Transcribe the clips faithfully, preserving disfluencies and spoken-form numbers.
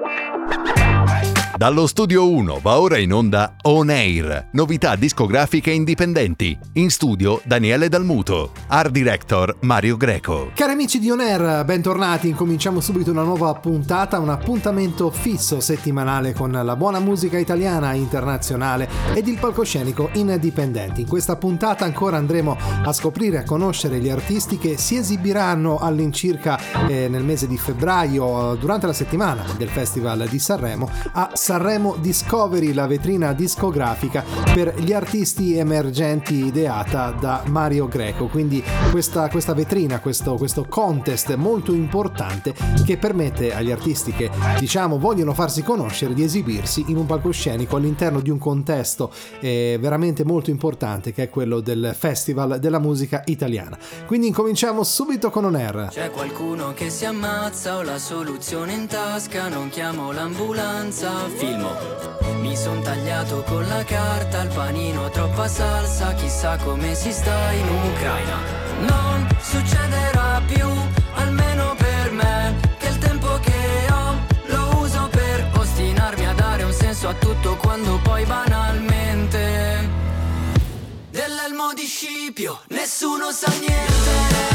Dallo Studio uno va ora in onda On Air, novità discografiche indipendenti. In studio Daniele Dalmuto, Art Director Mario Greco. Cari amici di On Air, bentornati. Incominciamo subito una nuova puntata, un appuntamento fisso settimanale con la buona musica italiana e internazionale ed il palcoscenico indipendenti. In questa puntata ancora andremo a scoprire e a conoscere gli artisti che si esibiranno all'incirca eh, nel mese di febbraio durante la settimana del Festival di Sanremo a Sanremo Discovery, la vetrina discografica per gli artisti emergenti ideata da Mario Greco. Quindi questa, questa vetrina, questo, questo contest molto importante che permette agli artisti che diciamo vogliono farsi conoscere di esibirsi in un palcoscenico all'interno di un contesto eh, veramente molto importante, che è quello del Festival della musica italiana. Quindi incominciamo subito con On Air. C'è qualcuno che si ammazza, ho la soluzione in tasca, non chiamo l'ambulanza. Filmo, mi son tagliato con la carta, il panino troppa salsa, chissà come si sta in Ucraina. Non succederà più, almeno per me, che il tempo che ho lo uso per ostinarmi a dare un senso a tutto, quando poi banalmente dell'elmo di Scipio nessuno sa niente.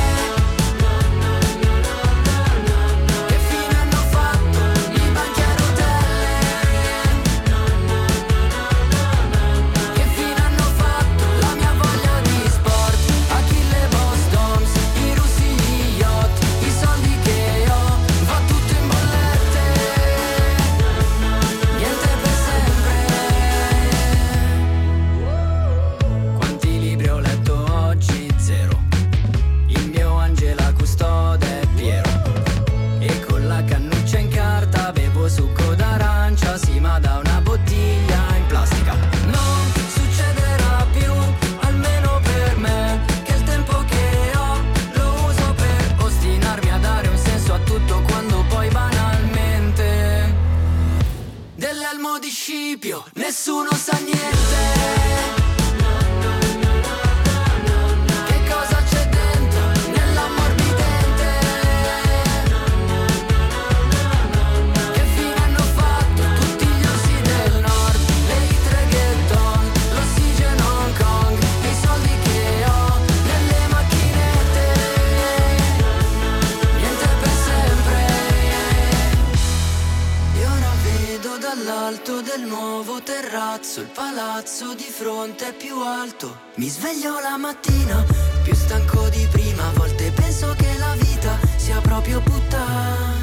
Nessuno sa niente. Che cosa c'è dentro nell'ammorbidente? Che fine hanno fatto tutti gli orsi del nord, le itre ghetton, l'ossigeno Hong Kong, i soldi che ho nelle macchinette? Niente per sempre. E ora vedo dall'alto del nuovo terrazzo, il palazzo di fronte è più alto. Mi sveglio la mattina più stanco di prima, a volte penso che la vita sia proprio puttana.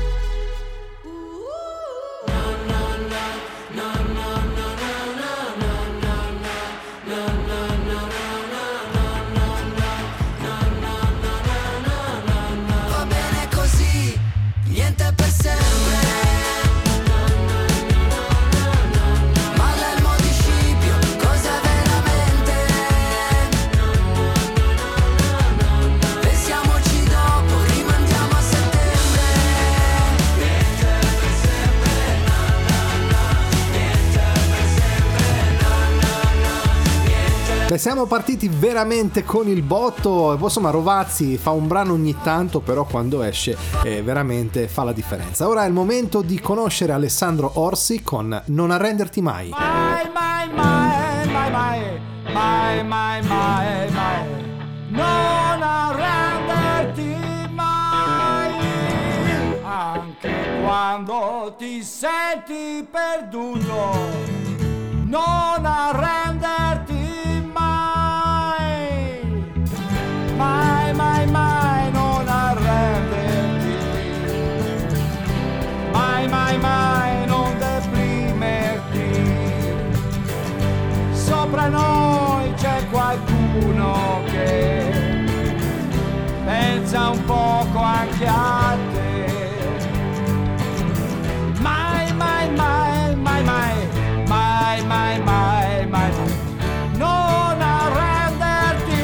Va bene così, niente per sempre. Beh, siamo partiti veramente con il botto. Insomma, Rovazzi fa un brano ogni tanto, però quando esce eh, veramente fa la differenza. Ora è il momento di conoscere Alessandro Orsi con Non arrenderti mai. Mai, mai, mai, mai, mai, mai, mai, mai, mai. Non arrenderti mai, anche quando ti senti perduto. Non arrenderti mai, mai, mai, non arrenderti, mai, mai, mai, non deprimerti. Sopra noi c'è qualcuno che pensa un poco anche a te. Mai, mai, mai, mai, mai, mai, mai, mai, mai, non arrenderti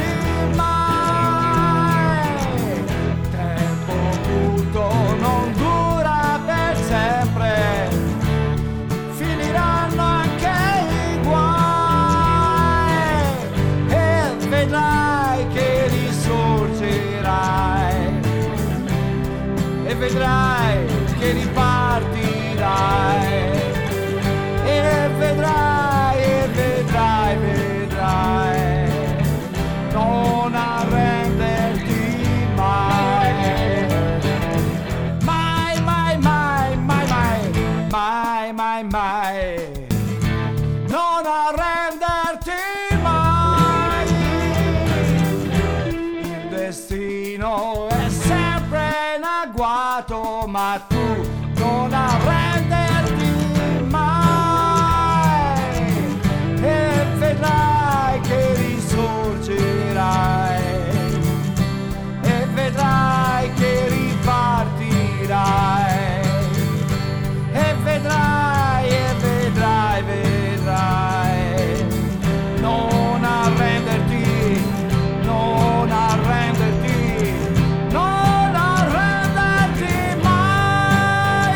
mai. Tempo brutto non dura per sempre, finiranno anche i guai e vedrai che risorgerai e vedrai che ripartirai. mai, mai, non arrenderti mai. Il destino è sempre in agguato, ma tu non arrenderti mai. E vedrai che risorgerai, e vedrai che ripartirai, e vedrai, e vedrai, vedrai. Non arrenderti, non arrenderti, non arrenderti mai.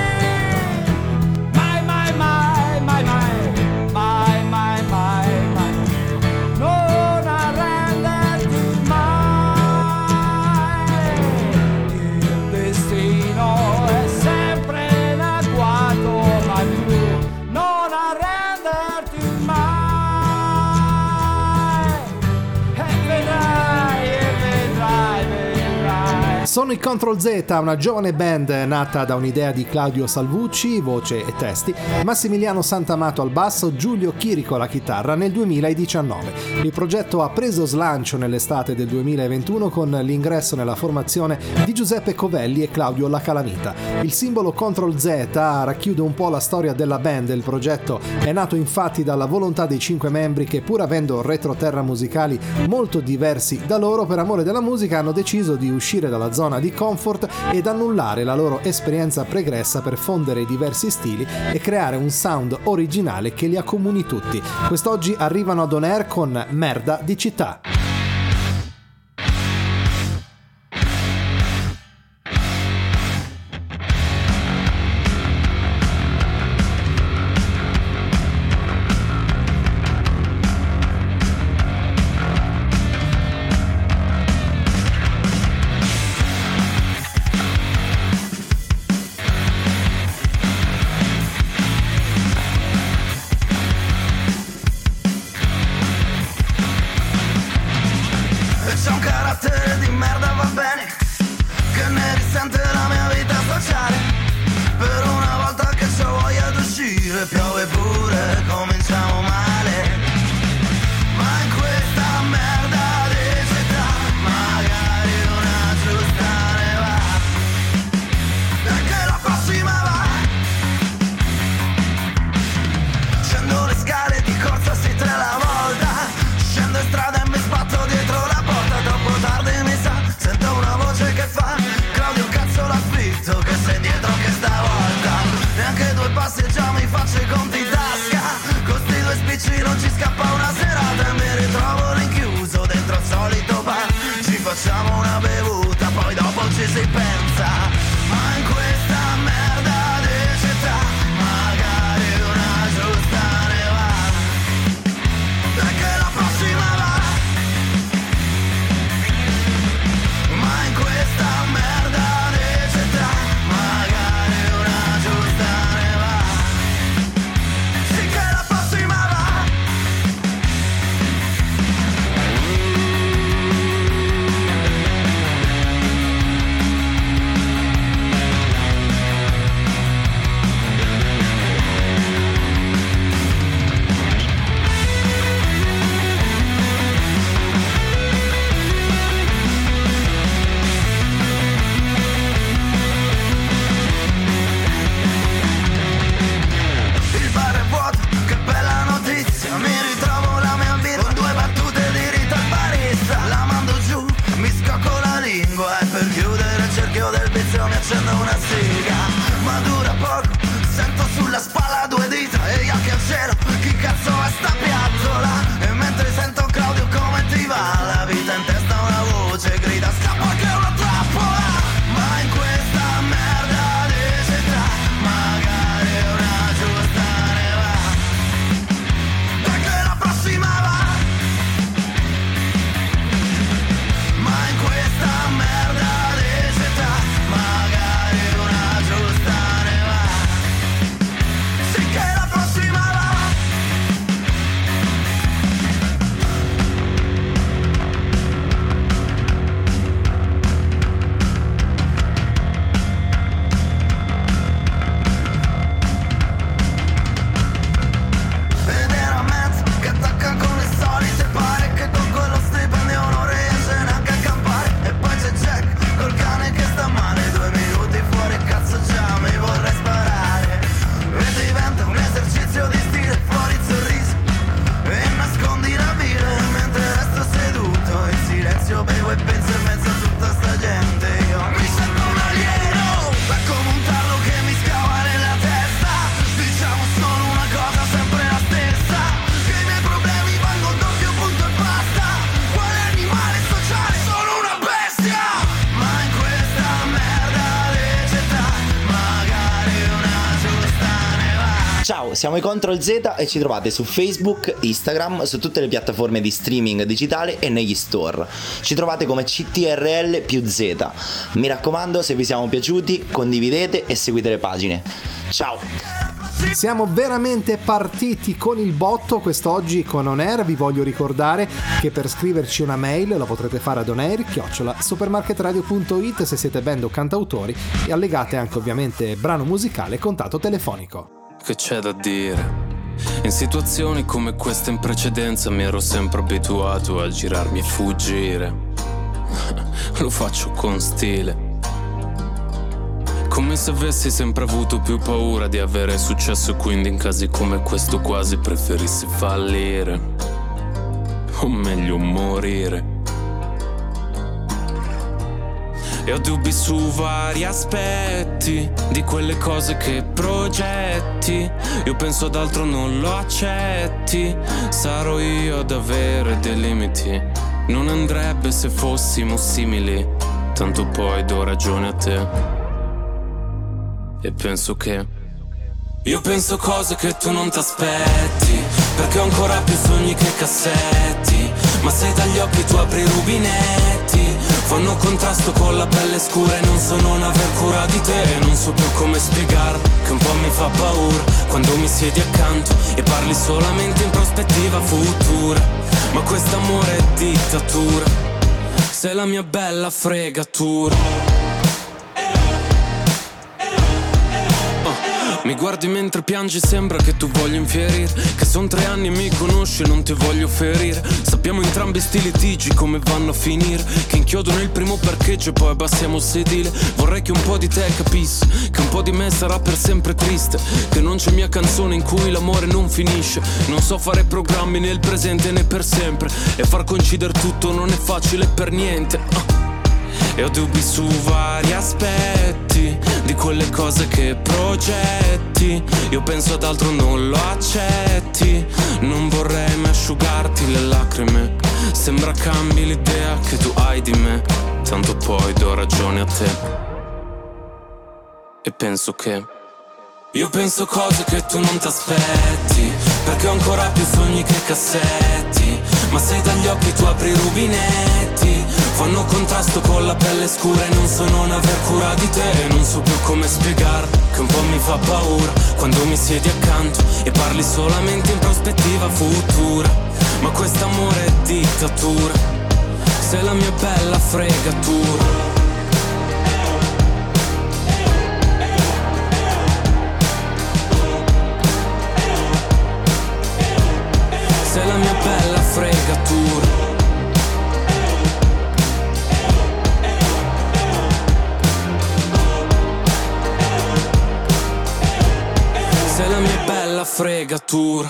Mai, mai, mai, mai, mai, mai, mai, mai, mai. Non arrenderti mai. Il destino è sempre in agguato, ma tu non arrenderti mai. E vedrai, e vedrai, vedrai. Sono i Control Z, una giovane band nata da un'idea di Claudio Salvucci, voce e testi, Massimiliano Santamato al basso, Giulio Chirico alla chitarra nel duemiladiciannove. Il progetto ha preso slancio nell'estate del duemilaventuno con l'ingresso nella formazione di Giuseppe Covelli e Claudio La Calamita. Il simbolo Control Z racchiude un po' la storia della band. Il progetto è nato infatti dalla volontà dei cinque membri che, pur avendo retroterra musicali molto diversi da loro, per amore della musica hanno deciso di uscire dalla zona di comfort ed annullare la loro esperienza pregressa per fondere i diversi stili e creare un sound originale che li accomuni tutti. Quest'oggi arrivano ad On Air con Merda di città. C'è un carattere di merda, va bene, che ne risente la mia vita sociale. Per una volta che c'ho voglia d'uscire, piove pure, cominciamo male. Ma in questa merda di città, magari una giusta ne va, e che la prossima va. Scendo le scale di corsa, sì, tre la volta. Scendo in strada e mi sbatto dietro la porta. Troppo tardi mi sa, sento una voce che fa: Claudio, cazzo l'ha scritto, che sei dietro che stavolta. Neanche due passi e già mi faccio i conti da Ciao, siamo i Control Z e ci trovate su Facebook, Instagram, su tutte le piattaforme di streaming digitale e negli store. Ci trovate come C T R L più Z. Mi raccomando, se vi siamo piaciuti, condividete e seguite le pagine. Ciao! Siamo veramente partiti con il botto quest'oggi con On Air. Vi voglio ricordare che per scriverci una mail la potrete fare ad onair chiocciola supermarketradio punto it se siete band o cantautori, e allegate anche ovviamente brano musicale e contatto telefonico. Che c'è da dire? In situazioni come questa in precedenza mi ero sempre abituato a girarmi e fuggire. Lo faccio con stile, come se avessi sempre avuto più paura di avere successo, quindi in casi come questo quasi preferissi fallire, o meglio morire. E ho dubbi su vari aspetti di quelle cose che progetti. Io penso ad altro, non lo accetti. Sarò io ad avere dei limiti. Non andrebbe se fossimo simili, tanto poi do ragione a te. E penso che io penso cose che tu non t'aspetti, perché ho ancora più sogni che cassetti. Ma se dagli occhi tu apri i rubinetti, fanno contrasto con la pelle scura e non so non aver cura di te. E non so più come spiegar che un po' mi fa paura quando mi siedi accanto e parli solamente in prospettiva futura. Ma quest'amore è dittatura, sei la mia bella fregatura. Mi guardi mentre piangi, sembra che tu voglia infierire, che son tre anni e mi conosci e non ti voglio ferire. Sappiamo entrambi sti litigi come vanno a finire, che inchiodo nel primo parcheggio e poi abbassiamo il sedile. Vorrei che un po' di te capisse che un po' di me sarà per sempre triste, che non c'è mia canzone in cui l'amore non finisce. Non so fare programmi nel presente né per sempre, e far coincidere tutto non è facile per niente. uh. E ho dubbi su vari aspetti di quelle cose che progetti. Io penso ad altro, non lo accetti. Non vorrei mai asciugarti le lacrime. Sembra cambi l'idea che tu hai di me, tanto poi do ragione a te. E penso che io penso cose che tu non t'aspetti, perché ho ancora più sogni che cassetti. Ma se dagli occhi tu apri i rubinetti, fanno contrasto con la pelle scura e non so non aver cura di te. E non so più come spiegar che un po' mi fa paura quando mi siedi accanto e parli solamente in prospettiva futura. Ma quest'amore è dittatura, sei la mia bella fregatura. Sei la mia bella fregatura. Sei la mia bella fregatura.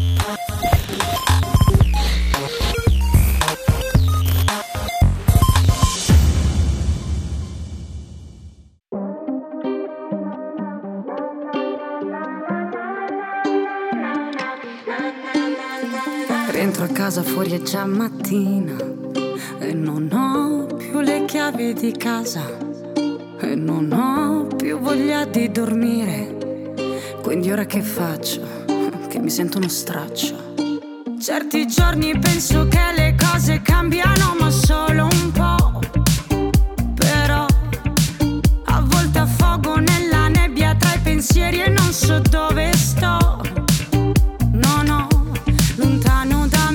Rientro a casa, fuori è già mattina e non ho più le chiavi di casa e non ho più voglia di dormire. Quindi ora che faccio? Che mi sento uno straccio. Certi giorni penso che le cose cambiano, ma solo un po'. Però a volte affogo nella nebbia tra i pensieri e non so dove sto. No, no, lontano da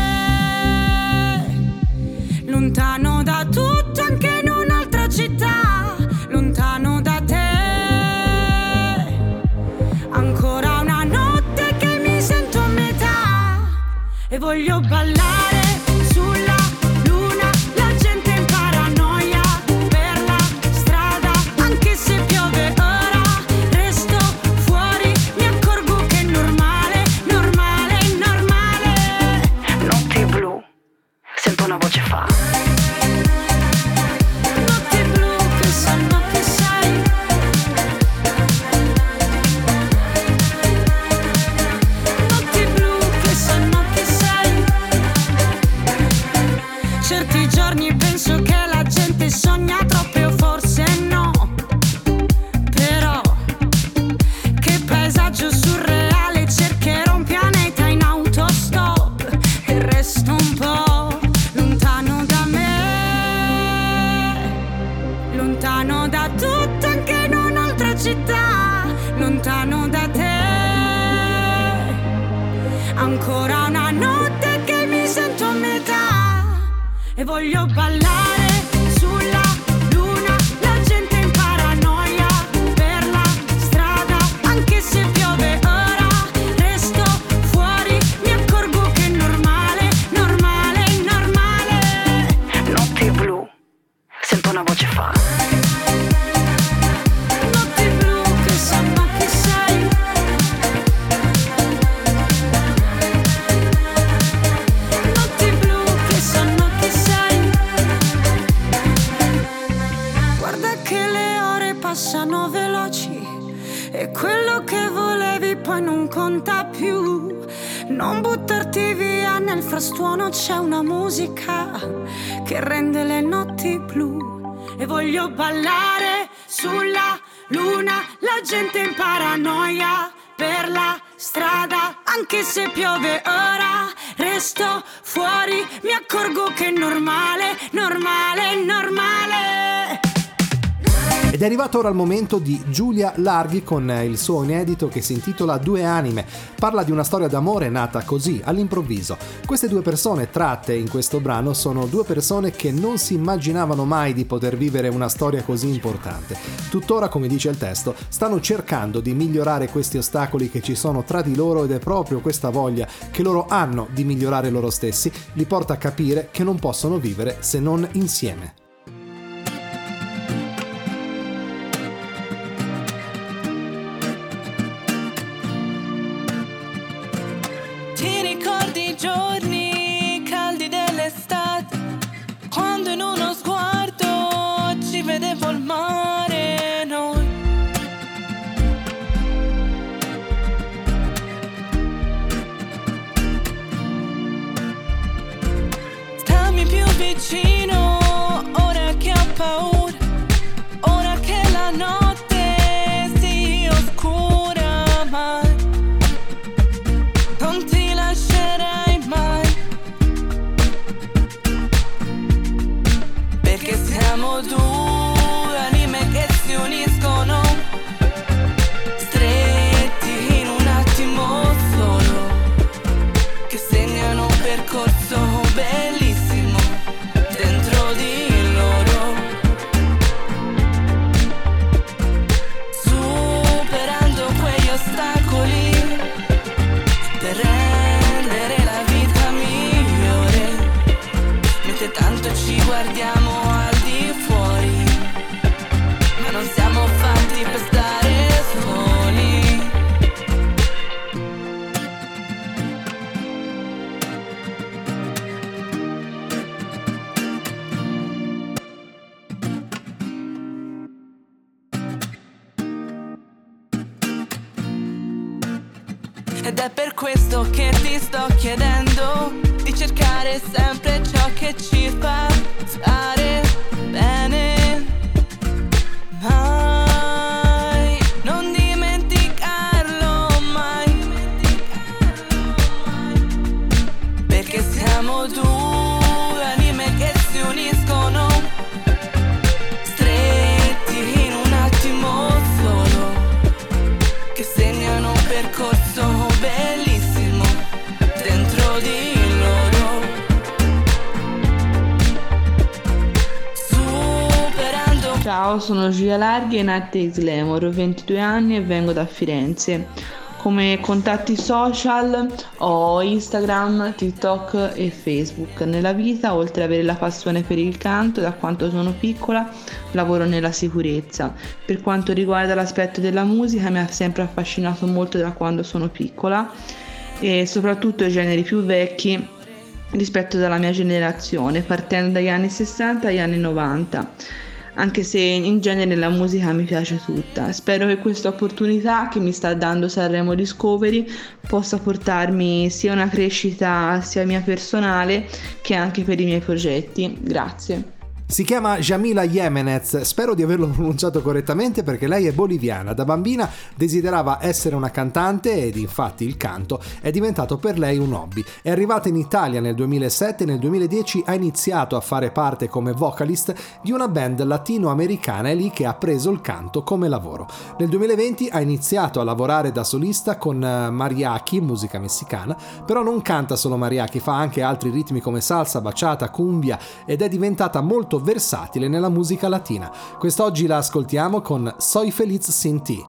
me, lontano da tutto, anche in un'altra città, lontano da te. Ancora una notte che mi sento a metà e voglio ballare sulla luna, la gente in paranoia per la strada, anche se piove ora resto fuori, mi accorgo che è normale, normale, normale. Notti blu, sento una voce fa. Notti blu che sanno che sei. Notti blu che sanno che sei. lontano da te. Ancora una notte che mi sento a metà e voglio ballare sulla luna, la gente in paranoia per la strada, anche se piove ora resto fuori, mi accorgo che è normale, normale, normale. Notti blu, sento una voce fa. Notti blu che sanno chi sei. Notti blu che sanno chi sei. Guarda che le ore passano veloci e quello che volevi poi non conta più. Non buttarti via, nel frastuono c'è una musica che rende le notti blu. E voglio ballare sulla luna, la gente in paranoia per la strada, anche se piove ora resto fuori, mi accorgo che è normale, normale, normale. Ed è arrivato ora il momento di Giulia Larghi con il suo inedito che si intitola Due anime. Parla di una storia d'amore nata così, all'improvviso. Queste due persone tratte in questo brano sono due persone che non si immaginavano mai di poter vivere una storia così importante. Tuttora, come dice il testo, stanno cercando di migliorare questi ostacoli che ci sono tra di loro ed è proprio questa voglia che loro hanno di migliorare loro stessi li porta a capire che non possono vivere se non insieme. Giorni caldi dell'estate, quando in uno sguardo ci vedevo il mare, noi. Stammi più vicino, ora che ho paura, ora che la notte si oscura, ma non ti lascerai mai, perché siamo due anime che si uniscono, stretti in un attimo solo, che segnano un percorso bellissimo dentro di loro, superando quegli ostacoli per rendere la vita migliore, mentre tanto ci guardiamo al di fuori, ma non siamo fatti per stare soli. Ed è per questo che ti sto chiedendo di cercare sempre ciò che ci fa stare bene. Mai, non dimenticarlo mai, perché siamo due anime che si uniscono, stretti in un attimo solo, che segnano un percorso bellissimo dentro di loro, superando. Ciao, sono Giulia Larghi e nata a Islemor, ho ventidue anni e vengo da Firenze. Come contatti social ho Instagram, TikTok e Facebook. Nella vita, oltre ad avere la passione per il canto, da quando sono piccola lavoro nella sicurezza. Per quanto riguarda l'aspetto della musica, mi ha sempre affascinato molto da quando sono piccola e soprattutto i generi più vecchi rispetto alla mia generazione, partendo dagli anni sessanta agli anni novanta. Anche se in genere la musica mi piace tutta. Spero che questa opportunità che mi sta dando Sanremo Discovery possa portarmi sia una crescita sia mia personale che anche per i miei progetti. Grazie. Si chiama Jamila Jimenez, spero di averlo pronunciato correttamente perché lei è boliviana. Da bambina desiderava essere una cantante ed infatti il canto è diventato per lei un hobby. È arrivata in Italia nel duemilasette e nel duemiladieci ha iniziato a fare parte come vocalist di una band latinoamericana, è lì che ha preso il canto come lavoro. Nel duemilaventi ha iniziato a lavorare da solista con mariachi, musica messicana, però non canta solo mariachi, fa anche altri ritmi come salsa, bachata, cumbia ed è diventata molto versatile nella musica latina. Quest'oggi la ascoltiamo con Soy Feliz Sin Ti.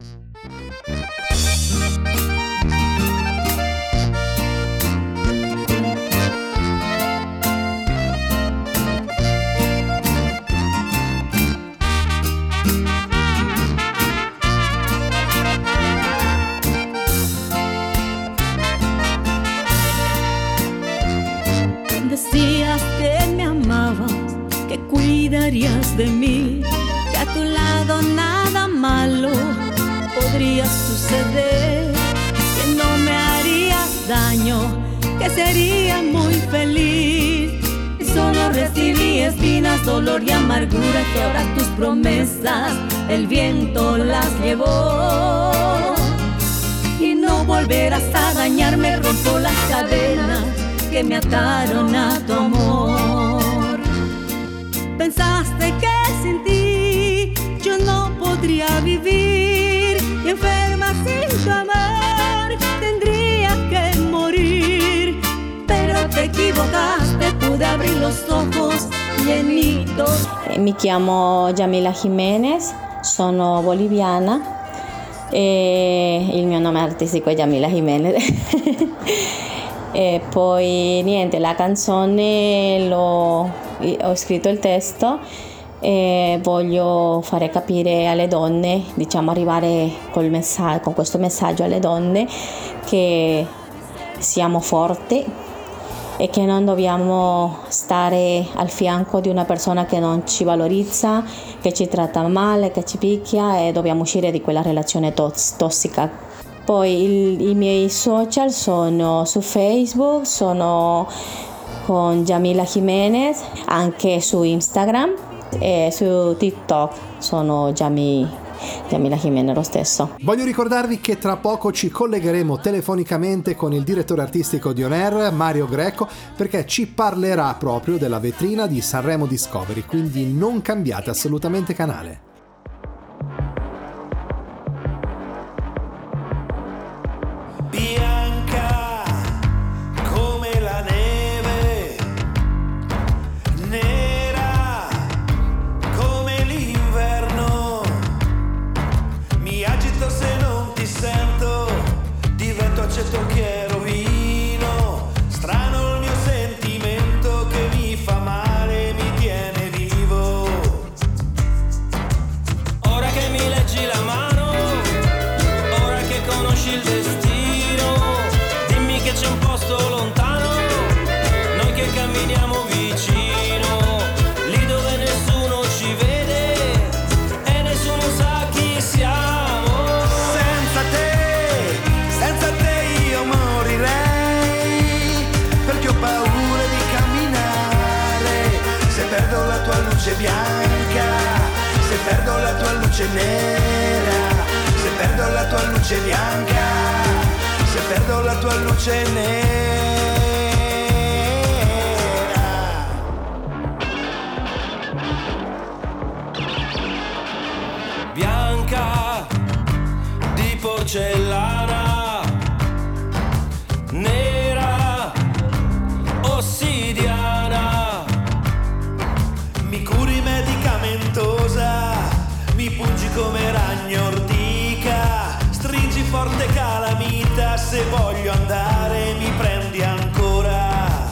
Decías que me amabas, que cuidarías de mí, que a tu lado nada malo podría suceder, que no me harías daño, que sería muy feliz. Y solo recibí espinas, dolor y amargura, que ahora tus promesas el viento las llevó. Y no volverás a dañarme, rompo las cadenas que me ataron a tu amor. Pensaste que sin ti yo no podría vivir, y enferma sin tu amor tendría que morir. Pero te equivocaste, pude abrir los ojos llenitos. Mi chiamo Jamila Jimenez, sono boliviana e il mio nome artistico è Jamila Jimenez. E poi niente, la canzone l'ho, ho scritto il testo e voglio fare capire alle donne, diciamo arrivare col messaggio, con questo messaggio alle donne che siamo forti e che non dobbiamo stare al fianco di una persona che non ci valorizza, che ci tratta male, che ci picchia, e dobbiamo uscire di quella relazione tos- tossica. Poi il, i miei social sono su Facebook, sono con Jamila Jimenez, anche su Instagram e su TikTok sono Jami, Jamila Jimenez lo stesso. Voglio ricordarvi che tra poco ci collegheremo telefonicamente con il direttore artistico di On Air, Mario Greco, perché ci parlerà proprio della vetrina di Sanremo Discovery, quindi non cambiate assolutamente canale. Accetto che rovino, strano il mio sentimento che mi fa male, mi tiene vivo. Ora che mi leggi la mano, ora che conosci il destino, dimmi che c'è un posto lontano, noi che camminiamo vicino, lì dove nessuno ci vede e nessuno sa chi siamo. Senza te, senza te perché ho paura di camminare, se perdo la tua luce bianca, se perdo la tua luce nera, se perdo la tua luce bianca, se perdo la tua luce nera. Bianca di porcellana, nera, ossidiana, mi curi medicamentosa, mi pungi come ragno ortica, stringi forte calamita, se voglio andare mi prendi ancora.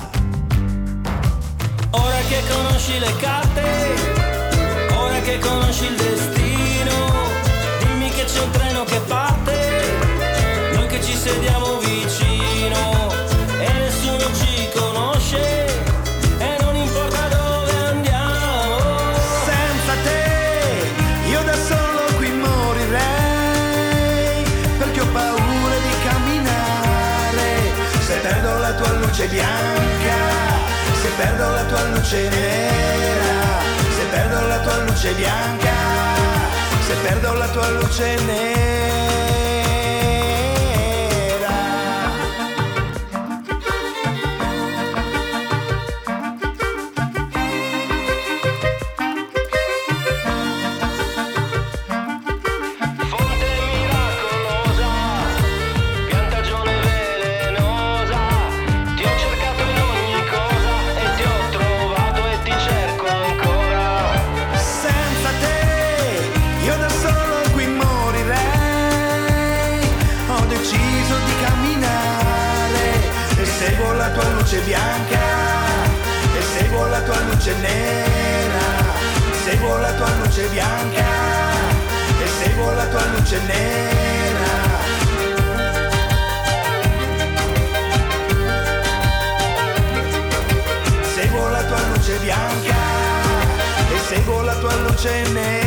Ora che conosci le carte, ora che conosci il destino, dimmi che c'è un treno che parte, noi che ci sediamo vicino e nessuno ci conosce e non importa dove andiamo. Senza te io da solo qui morirei, perché ho paura di camminare, se perdo la tua luce bianca, se perdo la tua luce nera, se luce bianca, se perdo la tua luce nera. Bianca e seguo la tua luce nera, seguo la tua luce bianca e seguo la tua luce nera. Seguo la tua luce bianca e seguo la tua luce nera.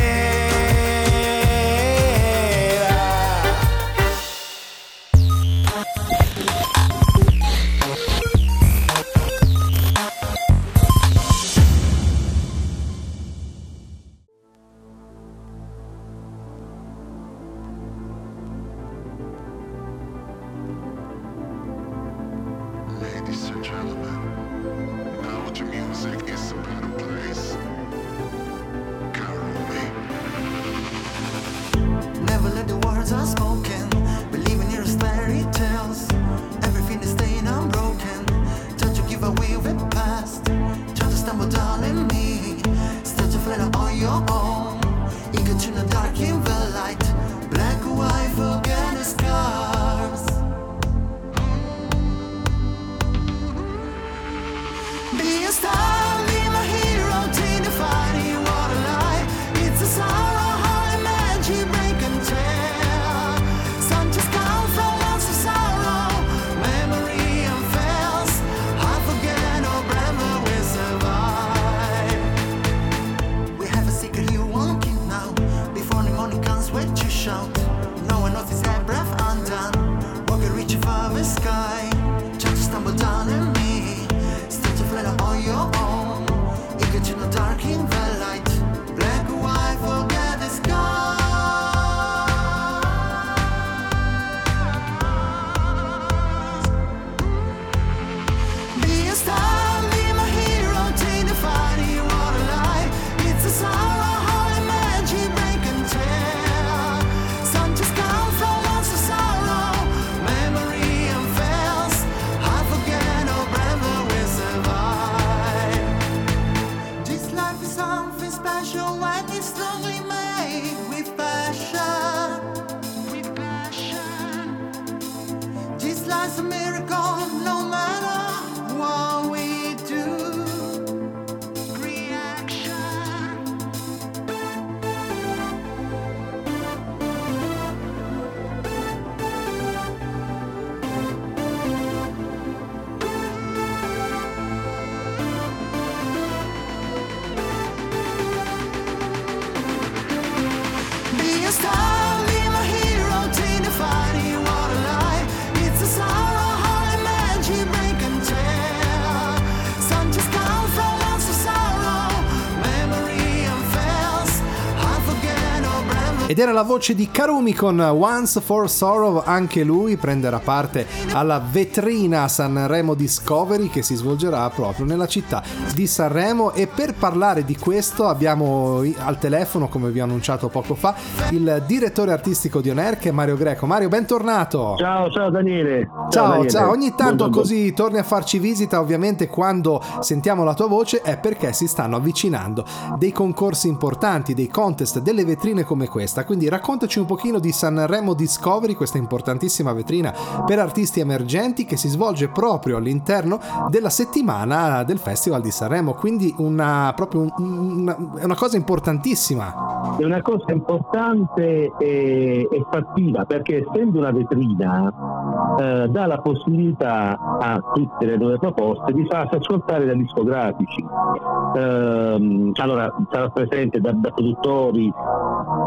Ed era la voce di Karumi con Once for Sorrow. Anche lui prenderà parte alla vetrina Sanremo Discovery che si svolgerà proprio nella città di Sanremo. E per parlare di questo abbiamo al telefono, come vi ho annunciato poco fa, il direttore artistico di On Air, che è Mario Greco. Mario, bentornato. Ciao, ciao Daniele. Ciao, ciao, Daniele. ciao. Ogni tanto Buongiorno. Così torni a farci visita. Ovviamente quando sentiamo la tua voce è perché si stanno avvicinando dei concorsi importanti, dei contest, delle vetrine come questa. Quindi raccontaci un pochino di Sanremo Discovery, questa importantissima vetrina per artisti emergenti che si svolge proprio all'interno della settimana del Festival di Sanremo. Quindi una proprio un, una, è una cosa importantissima. È una cosa importante e, e fattiva, perché essendo una vetrina eh, dà la possibilità a tutte le nuove proposte di farsi ascoltare da discografici. Eh, allora sarà presente da, da produttori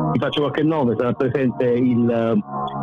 ti faccio qualche nome: sarà presente il,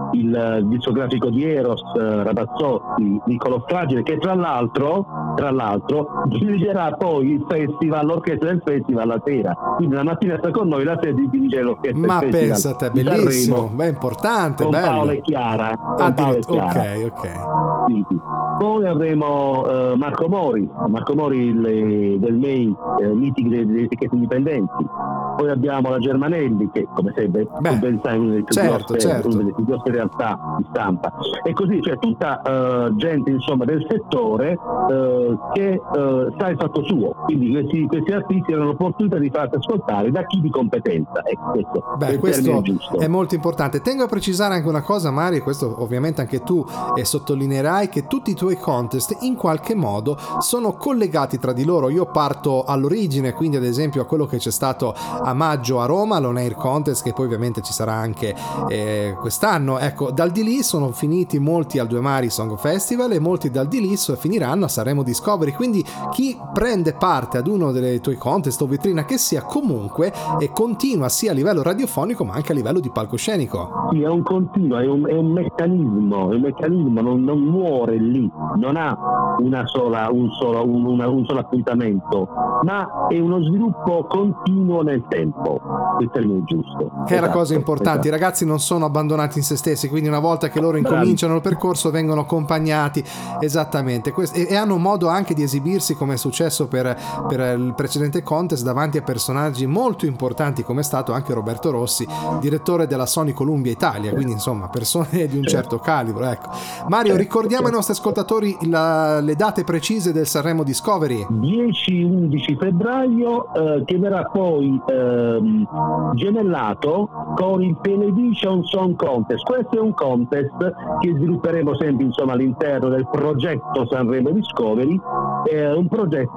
il discografico di Eros, Ramazzotti, Niccolo Fragile, che tra l'altro tra l'altro dirigerà poi il festival, l'orchestra del festival la sera, quindi la mattina sta con noi, la sera dirige l'orchestra Ma del festival. pensa a te, bellissimo, beh, importante, con bello. Paolo e Chiara, con Ah, Paolo e dirett- Chiara. ok, ok. Sì, sì. Poi avremo uh, Marco Mori, Marco Mori il, del M E I, eh, mitico delle, delle etichette indipendenti. Poi abbiamo la Germanelli, che come sempre ben sai, una delle più certo, grosse, certo. una delle più grosse realtà di stampa. E così, cioè tutta uh, gente insomma del settore uh, che uh, sa il fatto suo. Quindi questi, questi artisti hanno l'opportunità di farsi ascoltare da chi di competenza. Ecco, questo è Beh, il questo termine giusto. è molto importante. Tengo a precisare anche una cosa, Mario, e questo ovviamente anche tu eh, sottolineerai, che tutti i tuoi contest in qualche modo sono collegati tra di loro. Io parto all'origine, quindi ad esempio a quello che c'è stato a maggio a Roma, l'On Air Contest, che poi ovviamente ci sarà anche eh, quest'anno. Ecco, dal di lì sono finiti molti al Due Mari Song Festival e molti dal di lì finiranno a Sanremo Discovery. Quindi chi prende parte ad uno dei tuoi contest o vetrina che sia, comunque e continua sia a livello radiofonico ma anche a livello di palcoscenico. Sì, è un continuo, è un, è un meccanismo, è un meccanismo, non, non muore lì, non ha una sola, un, solo, un, una, un solo appuntamento, ma è uno sviluppo continuo nel tempo, il termine giusto. Che è la Esatto, cosa importante, esatto. i ragazzi non sono abbandonati in se stessi, quindi una volta che loro Bravi. incominciano il percorso vengono accompagnati, esattamente, e, e hanno modo anche di esibirsi, come è successo per, per il precedente contest, davanti a personaggi molto importanti come è stato anche Roberto Rossi, direttore della Sony Columbia Italia, quindi insomma persone di un certo calibro. Ecco. Mario, ricordiamo ai nostri ascoltatori la, le date precise del Sanremo Discovery. dieci undici febbraio eh, che verrà poi ehm, gemellato con il Television Song Contest. Questo è un contest che svilupperemo sempre insomma all'interno del progetto Sanremo Discovery, è un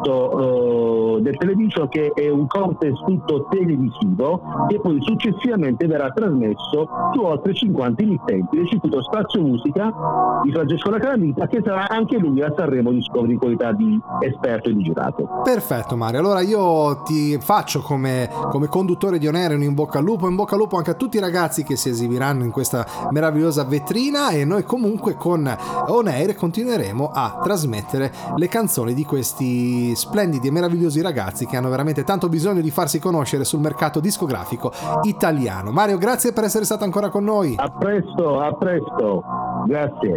progetto eh, del Television che è un contest tutto televisivo che poi successivamente verrà trasmesso su oltre cinquanta emittenti del circuito Spazio Musica di Francesco La Calamita, che sarà anche lui a Sanremo Discovery in qualità di esperto e di giurato. Perfetto Mario, allora io ti faccio come, come conduttore di On Air un in bocca al lupo, in bocca al lupo anche a tutti i ragazzi che si esibiranno in questa meravigliosa vetrina, e noi comunque con On Air continueremo a trasmettere le canzoni di questi splendidi e meravigliosi ragazzi che hanno veramente tanto bisogno di farsi conoscere sul mercato discografico italiano. Mario, grazie per essere stato ancora con noi. A presto, a presto, grazie.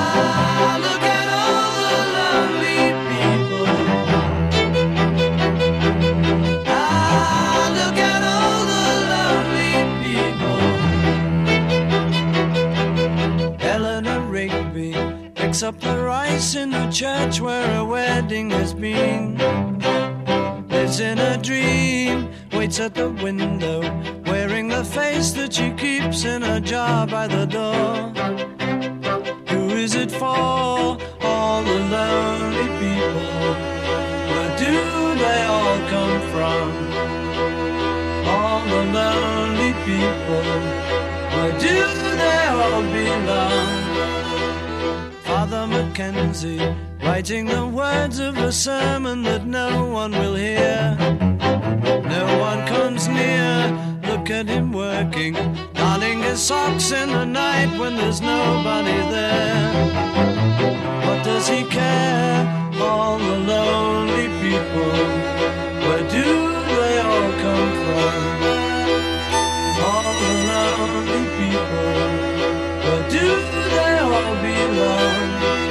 Picks up the rice in the church where a wedding has been. Lives in a dream, waits at the window, wearing the face that she keeps in a jar by the door. Who is it for? All the lonely people. Where do they all come from? All the lonely people. Where do they all belong? Father Mackenzie, writing the words of a sermon that no one will hear. No one comes near, look at him working, darning his socks in the night when there's nobody there. What does he care? All the lonely people, where do they all come from? All the lonely people, where do they all belong?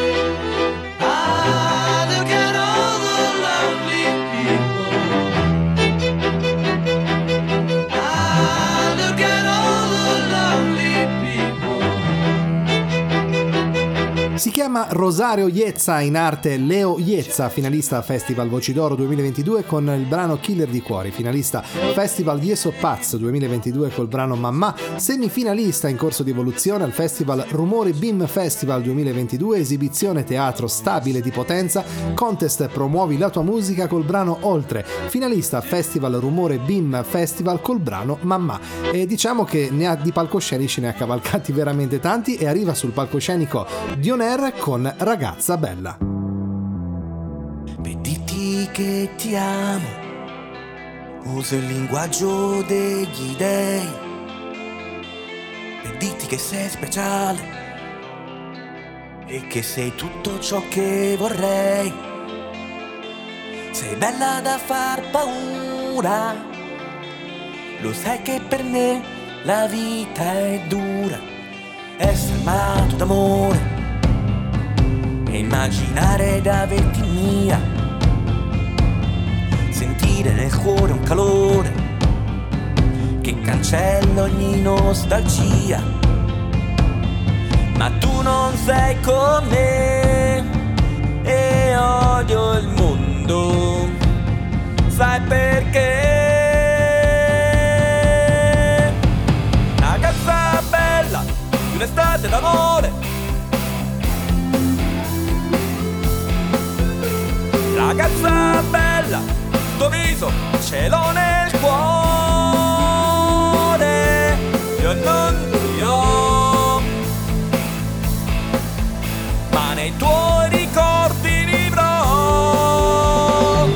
Ah, look at all the lonely people. Ah, look at all the lonely people. Si chiama Rosario Iezza, in arte Leo Iezza, finalista Festival Voci d'Oro duemilaventidue con il brano Killer di Cuori, finalista Festival Yeso Paz duemilaventidue col brano Mamma, semifinalista in corso di evoluzione al Festival Rumore Bim Festival duemilaventidue, esibizione teatro stabile di Potenza, contest Promuovi la tua musica col brano Oltre, finalista Festival Rumore Bim Festival col brano Mamma. E diciamo che ne ha di palcoscenici, ne ha cavalcati veramente tanti, e arriva sul palcoscenico di On Air con Ragazza Bella. Per dirti che ti amo, uso il linguaggio degli dei, per dirti che sei speciale e che sei tutto ciò che vorrei. Sei bella da far paura, lo sai che per me la vita è dura. Essere amato d'amore e immaginare d'averti mia, sentire nel cuore un calore che cancella ogni nostalgia. Ma tu non sei con me e odio il mondo, sai perché? Ragazza bella di un'estate d'amore, ragazza bella, tuo viso, cielo nel cuore, io non ti ho, ma nei tuoi ricordi vivrò.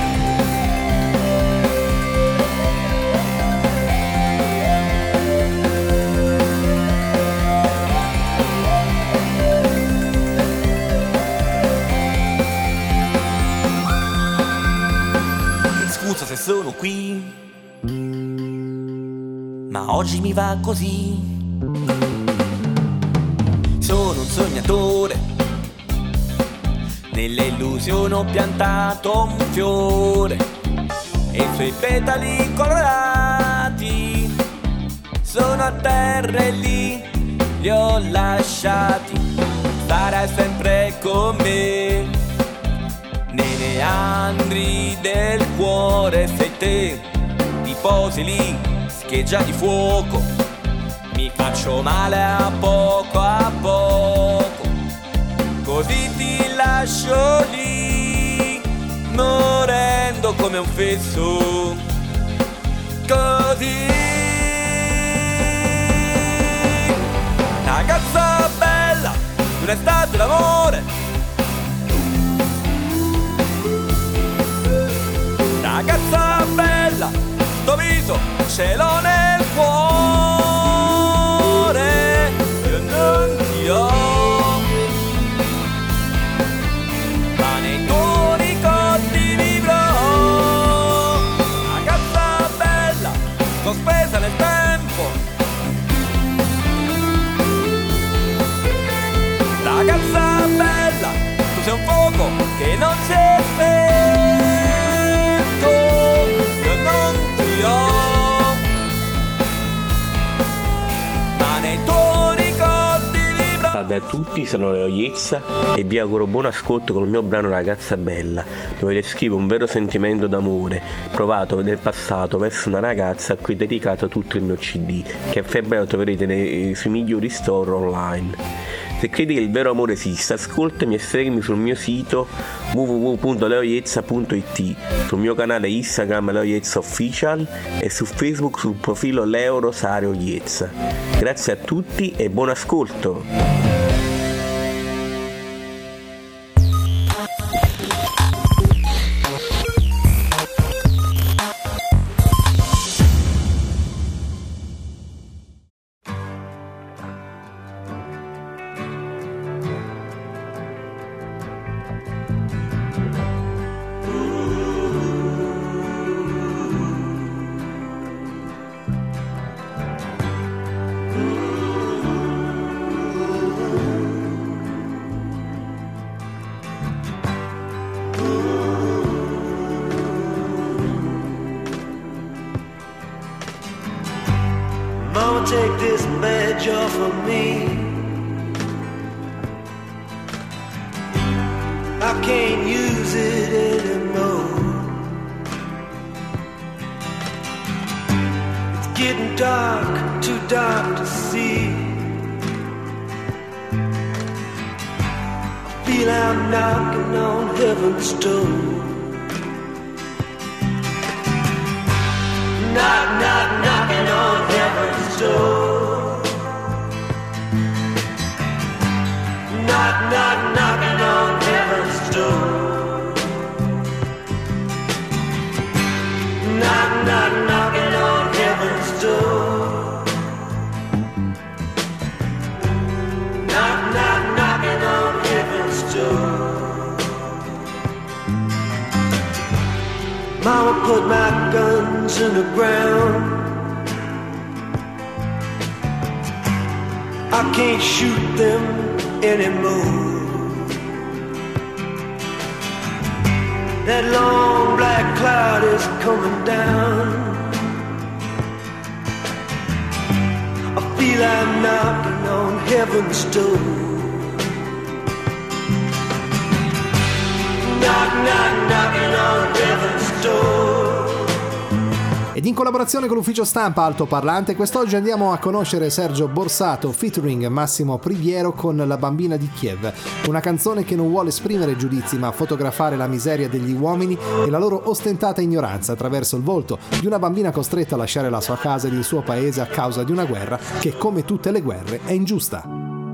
Scusa se sono qui, ma oggi mi va così. Sono un sognatore, nelle illusioni ho piantato un fiore e i suoi petali colorati sono a terra e lì li ho lasciati. Sarai sempre con me nei meandri del cuore, sei te, ti posi lì, scheggia di fuoco, mi faccio male a poco a poco, così ti lascio lì, morendo come un fesso, così. Ragazza bella, un'estate d'amore, ragazza bella, tuo viso, cielo nel cuore, io non ti ho, ma nei tuoi ricordi vivrò. Ragazza bella, sospesa nel tempo, ragazza bella, tu sei un fuoco che non si è spento, io non ti ho, ma nei tuoi ricordi vivrò. Salve a tutti, sono Leo Iezza e vi auguro buon ascolto con il mio brano Ragazza Bella, dove descrivo un vero sentimento d'amore provato nel passato verso una ragazza a cui ho dedicato tutto il mio C D, che a febbraio troverete nei, sui migliori store online. Se credi che il vero amore esista, ascoltami e seguimi sul mio sito w w w punto leoiezza punto i t, sul mio canale Instagram Leo Iezza Official e su Facebook sul profilo Leo Rosario Iezza. Grazie a tutti e buon ascolto! Mama, take this badge off of me. I can't use it anymore. It's getting dark, too dark to see. I feel I'm knocking on heaven's door. Knock, knock, knocking on heaven's door. Knock, knock, knocking on heaven's door. Knock, knock, knocking on heaven's door. Mama put my guns in the ground. I can't shoot them anymore. That long black cloud is coming down. I feel I'm knocking on heaven's door. Knock, knock, knocking on heaven's door. Ed in collaborazione con l'ufficio stampa Altoparlante, quest'oggi andiamo a conoscere Sergio Borsato featuring Massimo Priviero con La bambina di Kiev, una canzone che non vuole esprimere giudizi ma fotografare la miseria degli uomini e la loro ostentata ignoranza attraverso il volto di una bambina costretta a lasciare la sua casa ed il suo paese a causa di una guerra che, come tutte le guerre, è ingiusta.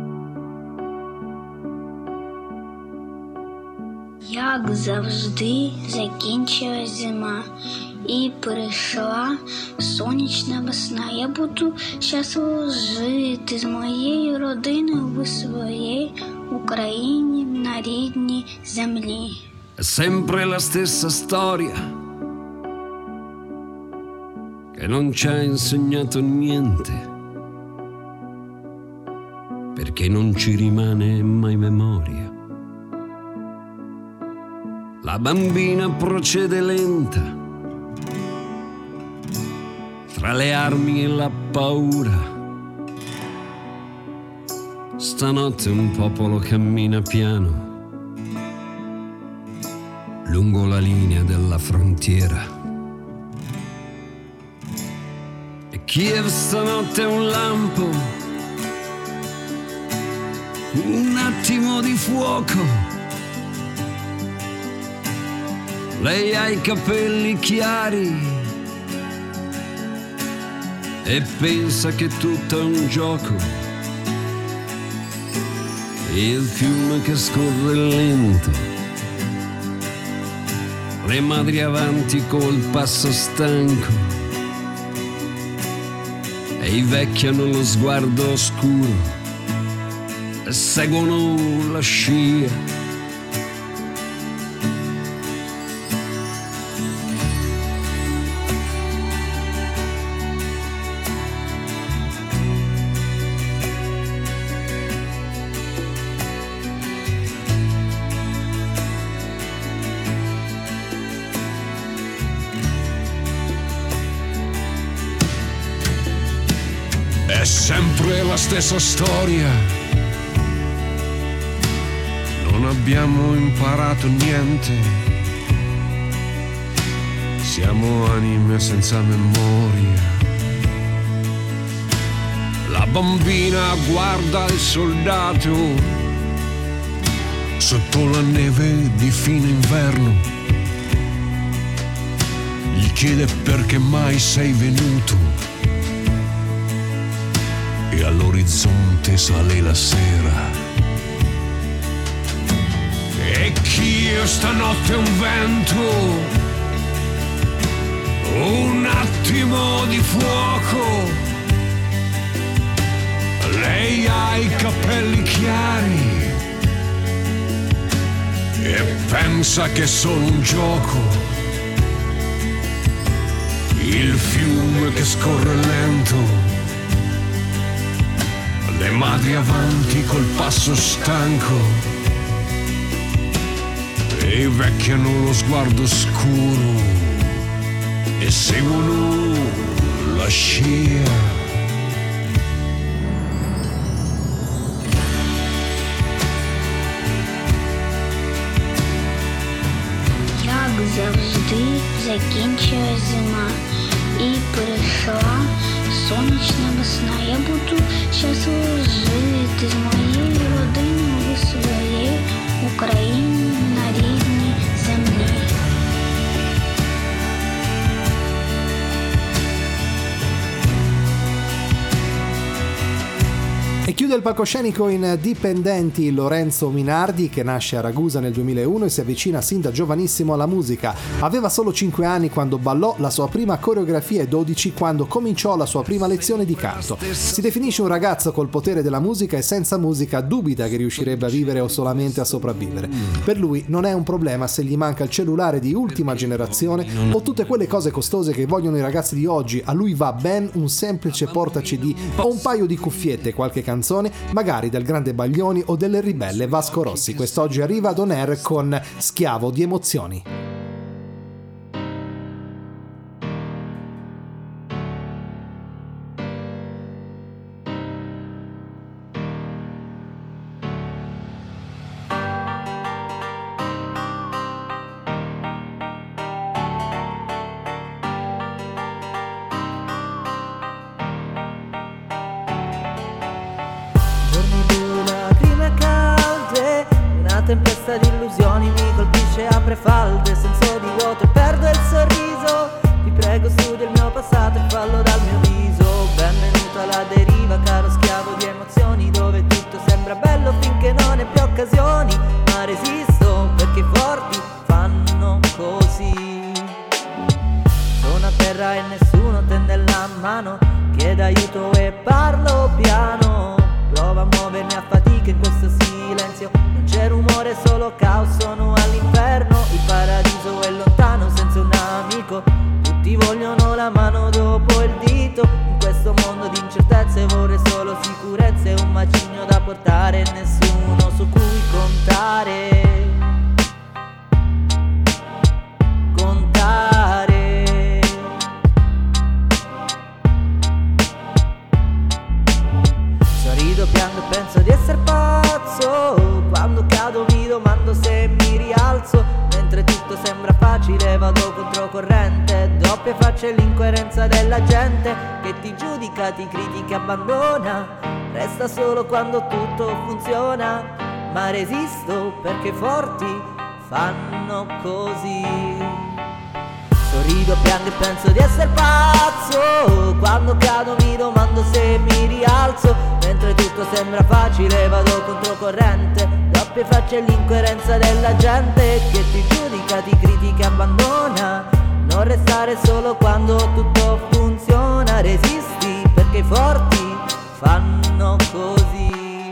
Як завжди закінчилась зима і прийшла сонячна весна. Я буду щасливо жити з моєю родиною в своїй Україні на рідній землі. È sempre la stessa storia che non ci ha insegnato niente, perché non ci rimane mai memoria. La bambina procede lenta tra le armi e la paura. Stanotte un popolo cammina piano lungo la linea della frontiera. E Kiev stanotte è un lampo, un attimo di fuoco. Lei ha i capelli chiari e pensa che tutto è un gioco. Il fiume che scorre lento, le madri avanti col passo stanco e i vecchi hanno lo sguardo oscuro e seguono la scia. È sempre la stessa storia, non abbiamo imparato niente, siamo anime senza memoria. La bambina guarda il soldato sotto la neve di fine inverno, gli chiede perché mai sei venuto. E all'orizzonte sale la sera. E chi è stanotte un vento, un attimo di fuoco. Lei ha i capelli chiari e pensa che è solo un gioco. Il fiume che scorre lento, le madri avanti col passo stanco e i vecchi hanno lo sguardo scuro e seguono la scia. Як завжди закінчилась зима і прийшла сонячна весна. Я буду щасливо жити з моєю родиною у своїй Україні на рідній землі. E chiude il palcoscenico in Dipendenti Lorenzo Minardi, che nasce a Ragusa nel duemilauno e si avvicina sin da giovanissimo alla musica. Aveva solo cinque anni quando ballò la sua prima coreografia e dodici quando cominciò la sua prima lezione di canto. Si definisce un ragazzo col potere della musica e senza musica dubita che riuscirebbe a vivere o solamente a sopravvivere. Per lui non è un problema se gli manca il cellulare di ultima generazione o tutte quelle cose costose che vogliono i ragazzi di oggi. A lui va ben un semplice porta C D o un paio di cuffiette, qualche canzone, magari del grande Baglioni o del ribelle Vasco Rossi. Quest'oggi arriva ad On Air con Schiavo di emozioni. Tempesta di illusioni mi colpisce, apre falde, senso di vuoto e perdo il sorriso. Ti prego studia il mio passato e fallo dal mio viso. Benvenuto alla deriva, caro schiavo di emozioni, dove tutto sembra bello finché non è più occasioni. Ma resisto perché i forti fanno così. Sono a terra e nessuno tende la mano, chiedo aiuto e parlo piano. Provo a muovermi a fatica in questo silenzio, non c'è rumore, solo caos, sono all'inferno. Il paradiso è lontano senza un amico, tutti vogliono la mano dopo il dito. In questo mondo di incertezze vorrei solo sicurezze, un macigno da portare e nessuno su cui contare. Contare. Sorrido, piango e penso di essere pazzo, quando cado mi domando se mi rialzo. Mentre tutto sembra facile vado controcorrente, doppia faccia e l'incoerenza della gente che ti giudica, ti critica, abbandona. Resta solo quando tutto funziona, ma resisto perché i forti fanno così. Sorrido, piango e penso di essere pazzo, quando cado mi domando se mi rialzo. Mentre tutto sembra facile vado controcorrente, doppie facce e l'incoerenza della gente che ti giudica, ti critica, abbandona. Non restare solo quando tutto funziona, resisti perché i forti fanno così.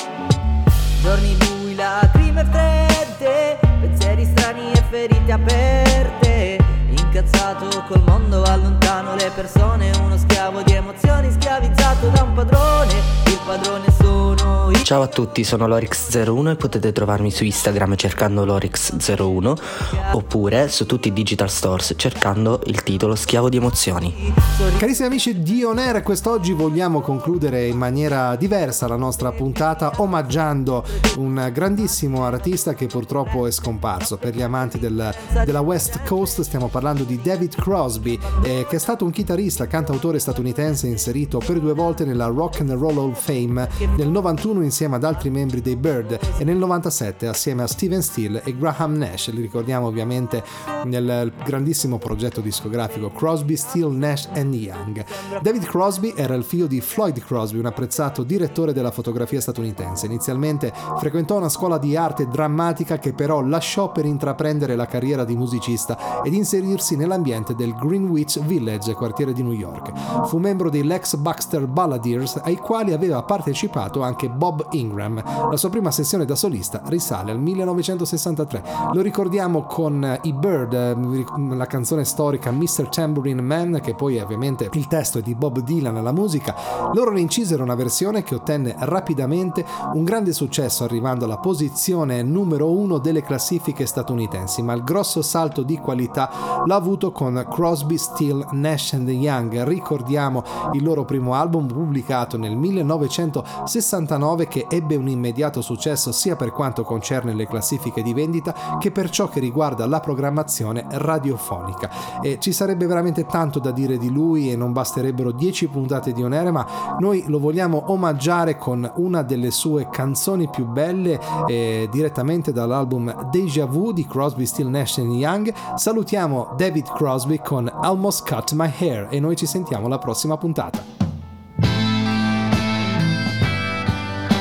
Giorni bui, lacrime fredde, pensieri strani e ferite aperte. Incazzato col mondo, allontano le persone, uno schiavo di emozioni schiavizzato da un padrone. Il padrone sono io. Ciao a tutti, sono Lorix zero uno e potete trovarmi su Instagram cercando Lorix zero uno oppure su tutti i digital stores cercando il titolo Schiavo di emozioni. Carissimi amici di On Air, quest'oggi vogliamo concludere in maniera diversa la nostra puntata omaggiando un grandissimo artista che purtroppo è scomparso. Per gli amanti del, della West Coast stiamo parlando di David Crosby, eh, che è stato un chitarrista, cantautore statunitense inserito per due volte nella Rock and Roll Hall of Fame, nel novantuno insieme ad altri membri dei Byrd e nel novantasette assieme a Steven Steele e Graham Nash. Li ricordiamo ovviamente nel grandissimo progetto discografico Crosby, Steele, Nash and Young. David Crosby era il figlio di Floyd Crosby, un apprezzato direttore della fotografia statunitense. Inizialmente frequentò una scuola di arte drammatica che però lasciò per intraprendere la carriera di musicista ed inserirsi nell'ambiente del Greenwich Village, quartiere di New York. Fu membro dei Lex Baxter Balladeers, ai quali aveva partecipato anche Bob Ingram. La sua prima sessione da solista risale al millenovecentosessantatré. Lo ricordiamo con i Byrd, la canzone storica mister Tambourine Man, che poi ovviamente il testo è di Bob Dylan, la musica. Loro ne incisero una versione che ottenne rapidamente un grande successo, arrivando alla posizione numero uno delle classifiche statunitensi, ma il grosso salto di qualità l'ha avuto con Crosby, Steele, Nash and Young. Ricordiamo il loro primo album pubblicato nel millenovecentosessantanove, che ebbe un immediato successo sia per quanto concerne le classifiche di vendita che per ciò che riguarda la programmazione radiofonica. E ci sarebbe veramente tanto da dire di lui e non basterebbero dieci puntate di On Air, ma noi lo vogliamo omaggiare con una delle sue canzoni più belle, eh, direttamente dall'album Deja Vu di Crosby, Steele, Nash and Young. Salutiamo David Crosby con Almost Cut My Hair e noi ci sentiamo alla prossima puntata.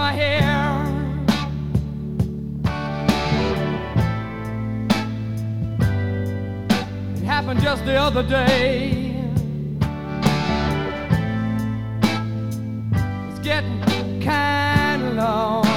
my hair. It happened just the other day. It's getting kinda long.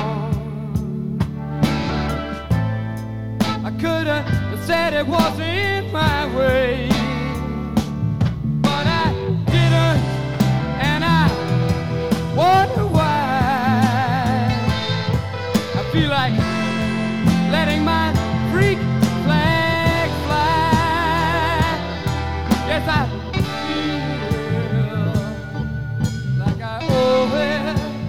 I could have said it wasn't my way, but I didn't, and I wonder why. I feel like letting my freak flag fly. Yes, I feel like I owe it.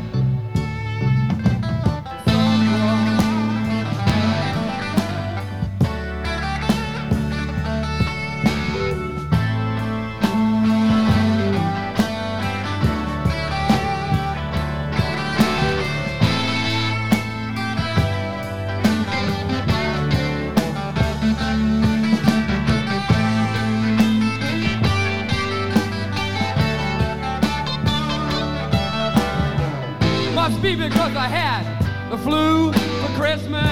Must be because I had the flu for Christmas,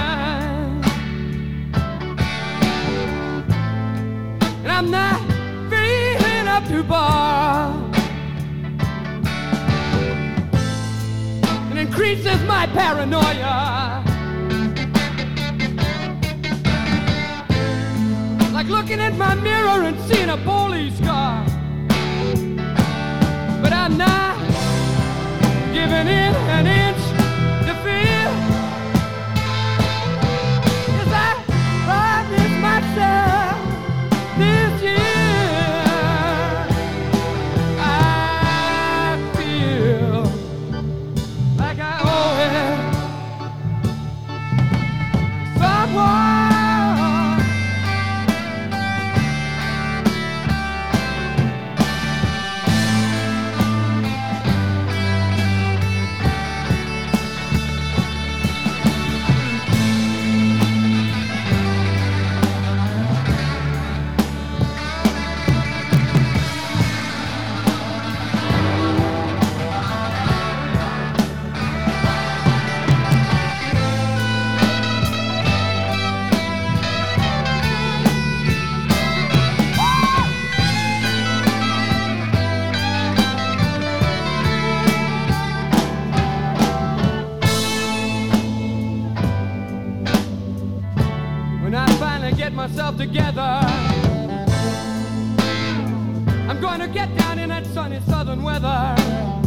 and I'm not feeling up to bar. It increases my paranoia, like looking at my mirror and seeing a police car. But I'm not giving in an inch to fear. Yes, I promised myself this year. I feel like I owe it someone. When I finally get myself together, I'm going to get down in that sunny southern weather.